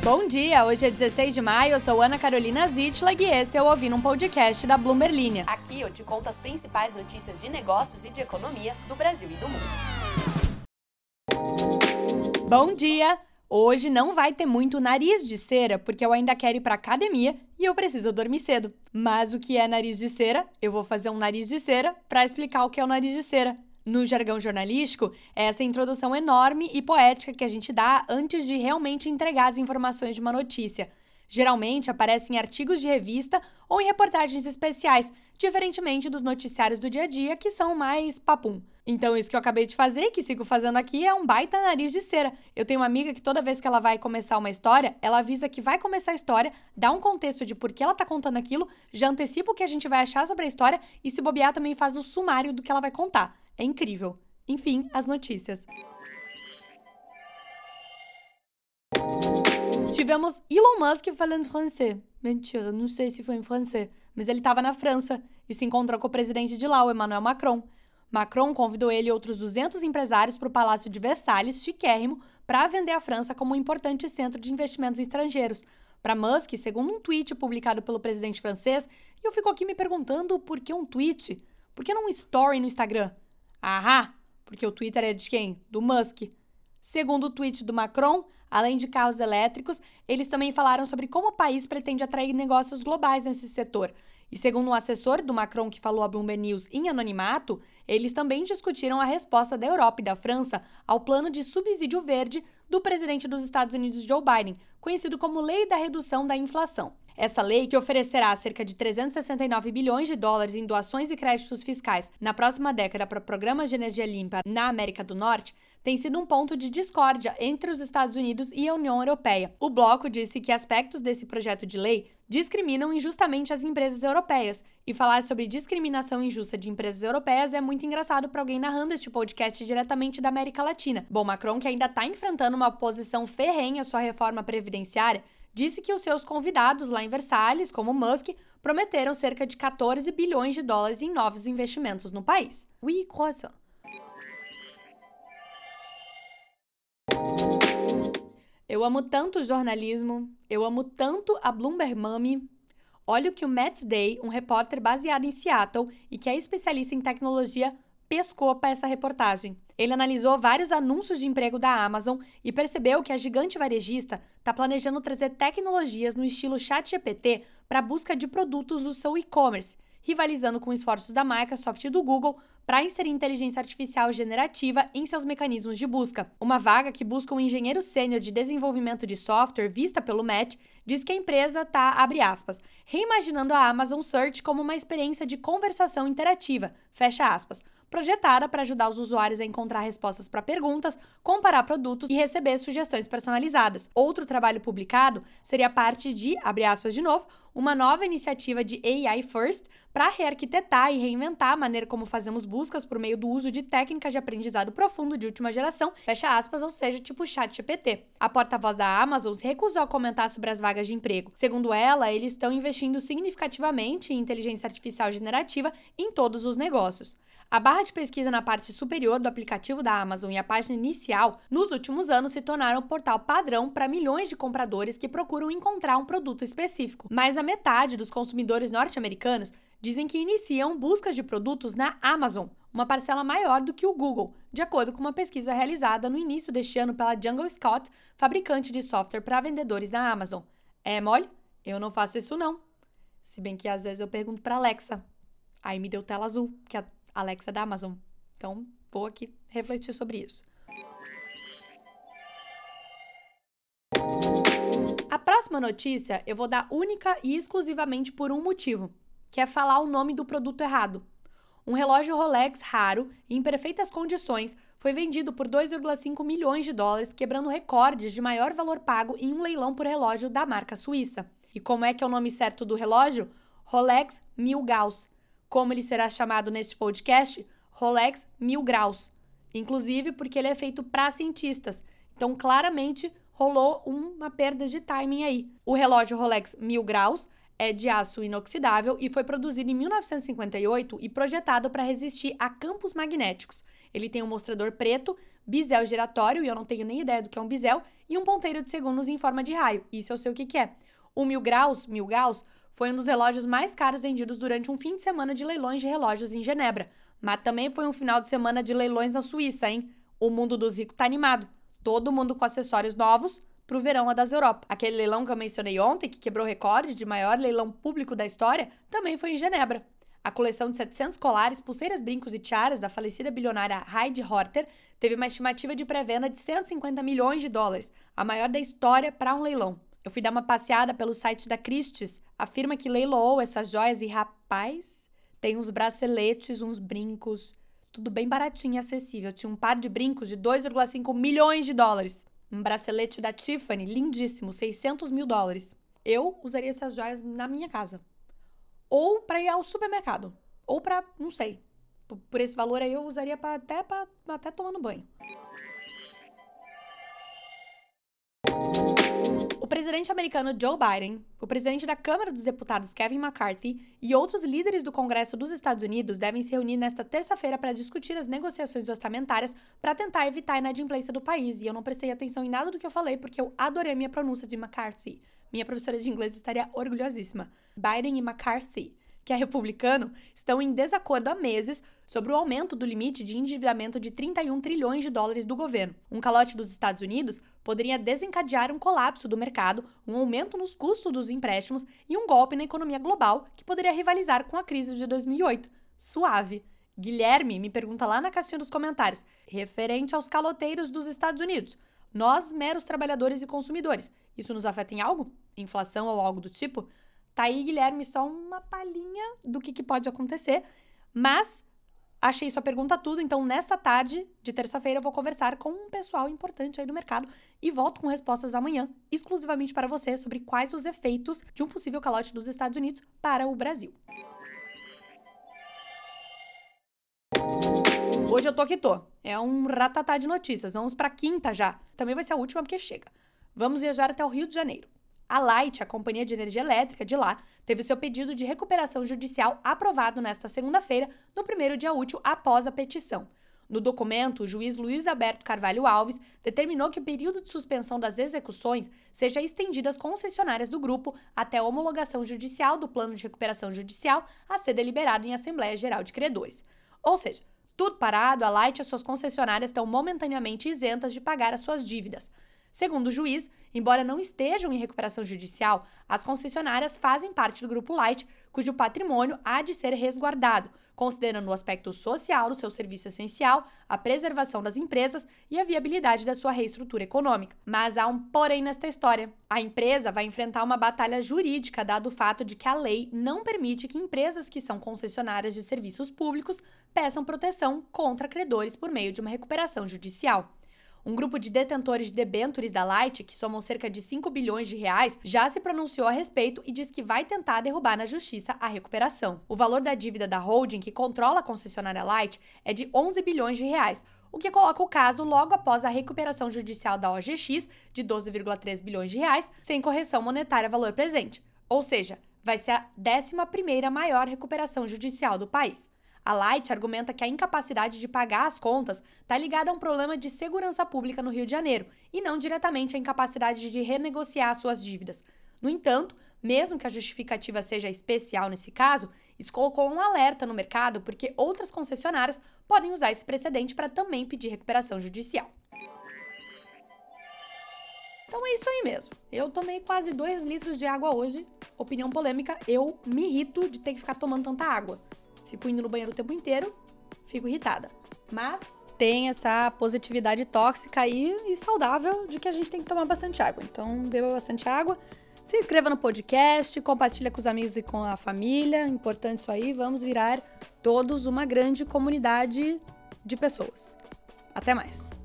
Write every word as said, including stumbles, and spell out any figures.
Bom dia, hoje é dezesseis de maio, eu sou Ana Carolina Zitlag e esse é o Ouvindo um Podcast da Bloomberg Linha. Aqui eu te conto as principais notícias de negócios e de economia do Brasil e do mundo. Bom dia! Hoje não vai ter muito nariz de cera, porque eu ainda quero ir pra academia e eu preciso dormir cedo. Mas o que é nariz de cera? Eu vou fazer um nariz de cera para explicar o que é o nariz de cera. No jargão jornalístico, é essa introdução enorme e poética que a gente dá antes de realmente entregar as informações de uma notícia. Geralmente aparece em artigos de revista ou em reportagens especiais, diferentemente dos noticiários do dia a dia, que são mais papum. Então, isso que eu acabei de fazer, que sigo fazendo aqui, é um baita nariz de cera. Eu tenho uma amiga que toda vez que ela vai começar uma história, ela avisa que vai começar a história, dá um contexto de por que ela tá contando aquilo, já antecipa o que a gente vai achar sobre a história e, se bobear, também faz o sumário do que ela vai contar. É incrível. Enfim, as notícias. Tivemos Elon Musk falando francês. Mentira, não sei se foi em francês, mas ele estava na França e se encontrou com o presidente de lá, o Emmanuel Macron. Macron convidou ele e outros duzentos empresários para o Palácio de Versalhes, chiquérrimo, para vender a França como um importante centro de investimentos estrangeiros. Para Musk, segundo um tweet publicado pelo presidente francês, e eu fico aqui me perguntando por que um tweet? Por que não um story no Instagram? Ahá, porque o Twitter é de quem? Do Musk. Segundo o tweet do Macron, além de carros elétricos, eles também falaram sobre como o país pretende atrair negócios globais nesse setor. E segundo um assessor do Macron que falou à Bloomberg News em anonimato, eles também discutiram a resposta da Europa e da França ao plano de subsídio verde do presidente dos Estados Unidos, Joe Biden, conhecido como Lei da Redução da Inflação. Essa lei, que oferecerá cerca de trezentos e sessenta e nove bilhões de dólares em doações e créditos fiscais na próxima década para programas de energia limpa na América do Norte, tem sido um ponto de discórdia entre os Estados Unidos e a União Europeia. O bloco disse que aspectos desse projeto de lei discriminam injustamente as empresas europeias, e falar sobre discriminação injusta de empresas europeias é muito engraçado para alguém narrando este podcast diretamente da América Latina. Bom, Macron, que ainda está enfrentando uma oposição ferrenha à sua reforma previdenciária, disse que os seus convidados lá em Versalhes, como Musk, prometeram cerca de quatorze bilhões de dólares em novos investimentos no país. Oui, croissant. Eu amo tanto o jornalismo, eu amo tanto a Bloomberg Mummy. Olha o que o Matt Day, um repórter baseado em Seattle e que é especialista em tecnologia, pescou para essa reportagem. Ele analisou vários anúncios de emprego da Amazon e percebeu que a gigante varejista está planejando trazer tecnologias no estilo ChatGPT para a busca de produtos do seu e-commerce, rivalizando com esforços da Microsoft e do Google para inserir inteligência artificial generativa em seus mecanismos de busca. Uma vaga que busca um engenheiro sênior de desenvolvimento de software vista pelo Matt diz que a empresa está, abre aspas, reimaginando a Amazon Search como uma experiência de conversação interativa, fecha aspas, projetada para ajudar os usuários a encontrar respostas para perguntas, comparar produtos e receber sugestões personalizadas. Outro trabalho publicado seria parte de, abre aspas de novo, uma nova iniciativa de A I First para rearquitetar e reinventar a maneira como fazemos buscas por meio do uso de técnicas de aprendizado profundo de última geração, fecha aspas, ou seja, tipo ChatGPT. A porta-voz da Amazon se recusou a comentar sobre as vagas de emprego. Segundo ela, eles estão investindo significativamente em inteligência artificial generativa em todos os negócios. A barra de pesquisa na parte superior do aplicativo da Amazon e a página inicial, nos últimos anos, se tornaram o portal padrão para milhões de compradores que procuram encontrar um produto específico. Mais da metade dos consumidores norte-americanos dizem que iniciam buscas de produtos na Amazon, uma parcela maior do que o Google, de acordo com uma pesquisa realizada no início deste ano pela Jungle Scout, fabricante de software para vendedores da Amazon. É mole? Eu não faço isso não. Se bem que às vezes eu pergunto para Alexa. Aí me deu tela azul, que a Alexa da Amazon. Então, vou aqui refletir sobre isso. A próxima notícia eu vou dar única e exclusivamente por um motivo, que é falar o nome do produto errado. Um relógio Rolex raro e em perfeitas condições foi vendido por dois vírgula cinco milhões de dólares, quebrando recordes de maior valor pago em um leilão por relógio da marca suíça. E como é que é o nome certo do relógio? Rolex Mil Gauss. Como ele será chamado neste podcast? Rolex Mil Graus. Inclusive porque ele é feito para cientistas. Então, claramente, rolou uma perda de timing aí. O relógio Rolex Mil Graus é de aço inoxidável e foi produzido em mil novecentos e cinquenta e oito e projetado para resistir a campos magnéticos. Ele tem um mostrador preto, bisel giratório, e eu não tenho nem ideia do que é um bisel, e um ponteiro de segundos em forma de raio. Isso eu sei o que que é. O mil graus, mil Gauss, foi um dos relógios mais caros vendidos durante um fim de semana de leilões de relógios em Genebra. Mas também foi um final de semana de leilões na Suíça, hein? O mundo dos ricos tá animado. Todo mundo com acessórios novos pro verão lá das Europa. Aquele leilão que eu mencionei ontem, que quebrou recorde de maior leilão público da história, também foi em Genebra. A coleção de setecentos colares, pulseiras, brincos e tiaras da falecida bilionária Heidi Horter teve uma estimativa de pré-venda de cento e cinquenta milhões de dólares, a maior da história para um leilão. Eu fui dar uma passeada pelo site da Christie's, a firma que leiloou essas joias, e rapaz, tem uns braceletes, uns brincos, tudo bem baratinho e acessível. Tinha um par de brincos de dois vírgula cinco milhões de dólares. Um bracelete da Tiffany, lindíssimo, seiscentos mil dólares. Eu usaria essas joias na minha casa. Ou para ir ao supermercado. Ou para, não sei. Por, por esse valor aí eu usaria pra, até, pra, até tomando banho. O presidente americano Joe Biden, o presidente da Câmara dos Deputados Kevin McCarthy e outros líderes do Congresso dos Estados Unidos devem se reunir nesta terça-feira para discutir as negociações orçamentárias para tentar evitar a inadimplência do país. E eu não prestei atenção em nada do que eu falei porque eu adorei a minha pronúncia de McCarthy. Minha professora de inglês estaria orgulhosíssima. Biden e McCarthy, que é republicano, estão em desacordo há meses sobre o aumento do limite de endividamento de trinta e um trilhões de dólares do governo. Um calote dos Estados Unidos poderia desencadear um colapso do mercado, um aumento nos custos dos empréstimos e um golpe na economia global que poderia rivalizar com a crise de dois mil e oito. Suave. Guilherme me pergunta lá na caixinha dos comentários, referente aos caloteiros dos Estados Unidos. Nós, meros trabalhadores e consumidores, isso nos afeta em algo? Inflação ou algo do tipo? Tá aí, Guilherme, só uma palhinha do que, que pode acontecer, mas achei sua pergunta tudo, então nesta tarde de terça-feira eu vou conversar com um pessoal importante aí do mercado e volto com respostas amanhã, exclusivamente para você, sobre quais os efeitos de um possível calote dos Estados Unidos para o Brasil. Hoje eu tô que tô. É um ratatá de notícias. Vamos pra quinta já. Também vai ser a última porque chega. Vamos viajar até o Rio de Janeiro. A Light, a companhia de energia elétrica de lá, teve seu pedido de recuperação judicial aprovado nesta segunda-feira, no primeiro dia útil após a petição. No documento, o juiz Luiz Alberto Carvalho Alves determinou que o período de suspensão das execuções seja estendido às concessionárias do grupo até a homologação judicial do plano de recuperação judicial a ser deliberado em Assembleia Geral de Credores. Ou seja, tudo parado, a Light e as suas concessionárias estão momentaneamente isentas de pagar as suas dívidas. Segundo o juiz, embora não estejam em recuperação judicial, as concessionárias fazem parte do grupo Light, cujo patrimônio há de ser resguardado, considerando o aspecto social do seu serviço essencial, a preservação das empresas e a viabilidade da sua reestrutura econômica. Mas há um porém nesta história. A empresa vai enfrentar uma batalha jurídica, dado o fato de que a lei não permite que empresas que são concessionárias de serviços públicos peçam proteção contra credores por meio de uma recuperação judicial. Um grupo de detentores de debêntures da Light, que somam cerca de cinco bilhões de reais, já se pronunciou a respeito e diz que vai tentar derrubar na justiça a recuperação. O valor da dívida da holding, que controla a concessionária Light, é de onze bilhões de reais, o que coloca o caso logo após a recuperação judicial da O G X, de doze vírgula três bilhões de reais, sem correção monetária valor presente. Ou seja, vai ser a décima primeira maior recuperação judicial do país. A Light argumenta que a incapacidade de pagar as contas está ligada a um problema de segurança pública no Rio de Janeiro e não diretamente à incapacidade de renegociar suas dívidas. No entanto, mesmo que a justificativa seja especial nesse caso, isso colocou um alerta no mercado porque outras concessionárias podem usar esse precedente para também pedir recuperação judicial. Então é isso aí mesmo. Eu tomei quase dois litros de água hoje. Opinião polêmica, eu me irrito de ter que ficar tomando tanta água. Fico indo no banheiro o tempo inteiro, fico irritada. Mas tem essa positividade tóxica aí e saudável de que a gente tem que tomar bastante água. Então, beba bastante água. Se inscreva no podcast, compartilha com os amigos e com a família. Importante isso aí. Vamos virar todos uma grande comunidade de pessoas. Até mais.